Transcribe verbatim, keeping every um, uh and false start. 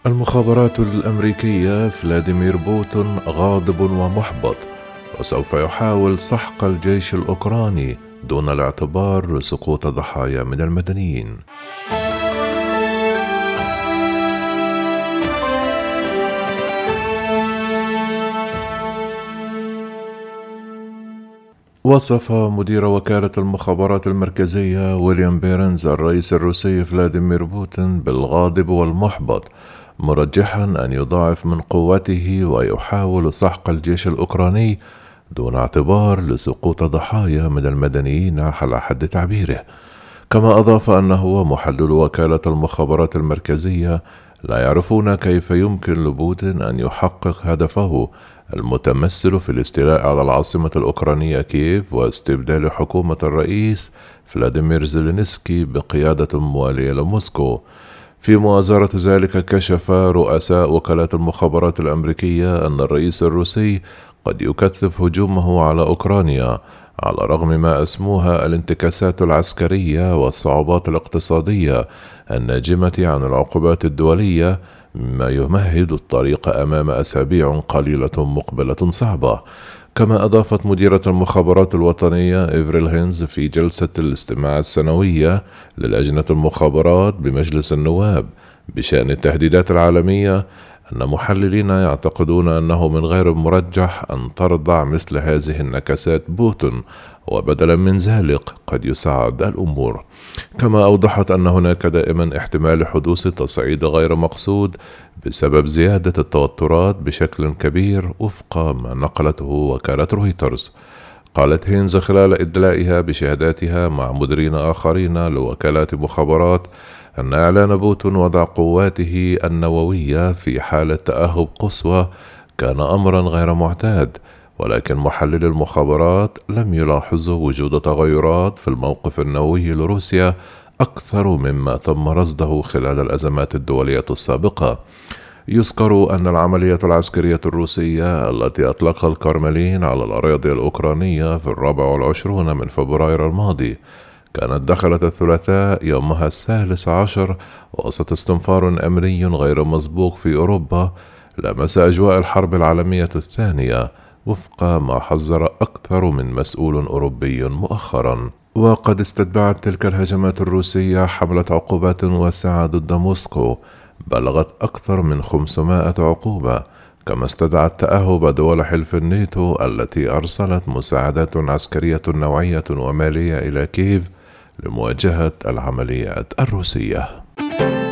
المخابرات الأمريكية فلاديمير بوتون غاضب ومحبط، وسوف يحاول سحق الجيش الأوكراني دون الاعتبار لسقوط ضحايا من المدنيين. وصف مدير وكالة المخابرات المركزية ويليام بيرنز الرئيس الروسي فلاديمير بوتين بالغاضب والمحبط، مرجحا أن يضاعف من قوته ويحاول سحق الجيش الأوكراني دون اعتبار لسقوط ضحايا من المدنيين على حد تعبيره. كما أضاف أنه ومحلل وكالة المخابرات المركزية لا يعرفون كيف يمكن لبوتين أن يحقق هدفه المتمثل في الاستيلاء على العاصمة الأوكرانية كييف واستبدال حكومة الرئيس فلاديمير زيلينسكي بقيادة موالية لموسكو. في مؤازرة ذلك، كشف رؤساء وكالات المخابرات الأمريكية أن الرئيس الروسي قد يكثف هجومه على أوكرانيا على رغم ما أسموها الانتكاسات العسكرية والصعوبات الاقتصادية الناجمة عن العقوبات الدولية، مما يمهد الطريق أمام أسابيع قليلة مقبلة صعبة. كما أضافت مديرة المخابرات الوطنية إيفريل هينز في جلسة الاستماع السنوية للجنة المخابرات بمجلس النواب بشأن التهديدات العالمية أن محللين يعتقدون أنه من غير المرجح أن ترضع مثل هذه النكسات بوتين، وبدلا من ذلك قد يساعد الأمور. كما أوضحت أن هناك دائما احتمال حدوث تصعيد غير مقصود بسبب زيادة التوترات بشكل كبير وفق ما نقلته وكالة رويترز. قالت هينز خلال إدلائها بشهاداتها مع مديرين آخرين لوكالات مخابرات أن إعلان بوتين وضع قواته النووية في حالة تأهب قصوى كان أمرا غير معتاد، ولكن محلل المخابرات لم يلاحظوا وجود تغيرات في الموقف النووي لروسيا أكثر مما تم رصده خلال الأزمات الدولية السابقة. يذكر أن العملية العسكرية الروسية التي أطلقها الكرملين على الأراضي الأوكرانية في الرابع والعشرون من فبراير الماضي كانت دخلت الثلاثاء يومها الثالث عشر وسط استنفار أمني غير مسبوق في أوروبا لمس أجواء الحرب العالمية الثانية، وفق ما حذر أكثر من مسؤول أوروبي مؤخرا. وقد استتبعت تلك الهجمات الروسية حملة عقوبات واسعة ضد موسكو بلغت أكثر من خمسمائة عقوبة، كما استدعت تأهب دول حلف الناتو التي أرسلت مساعدات عسكرية نوعية ومالية إلى كييف لمواجهة العمليات الروسية.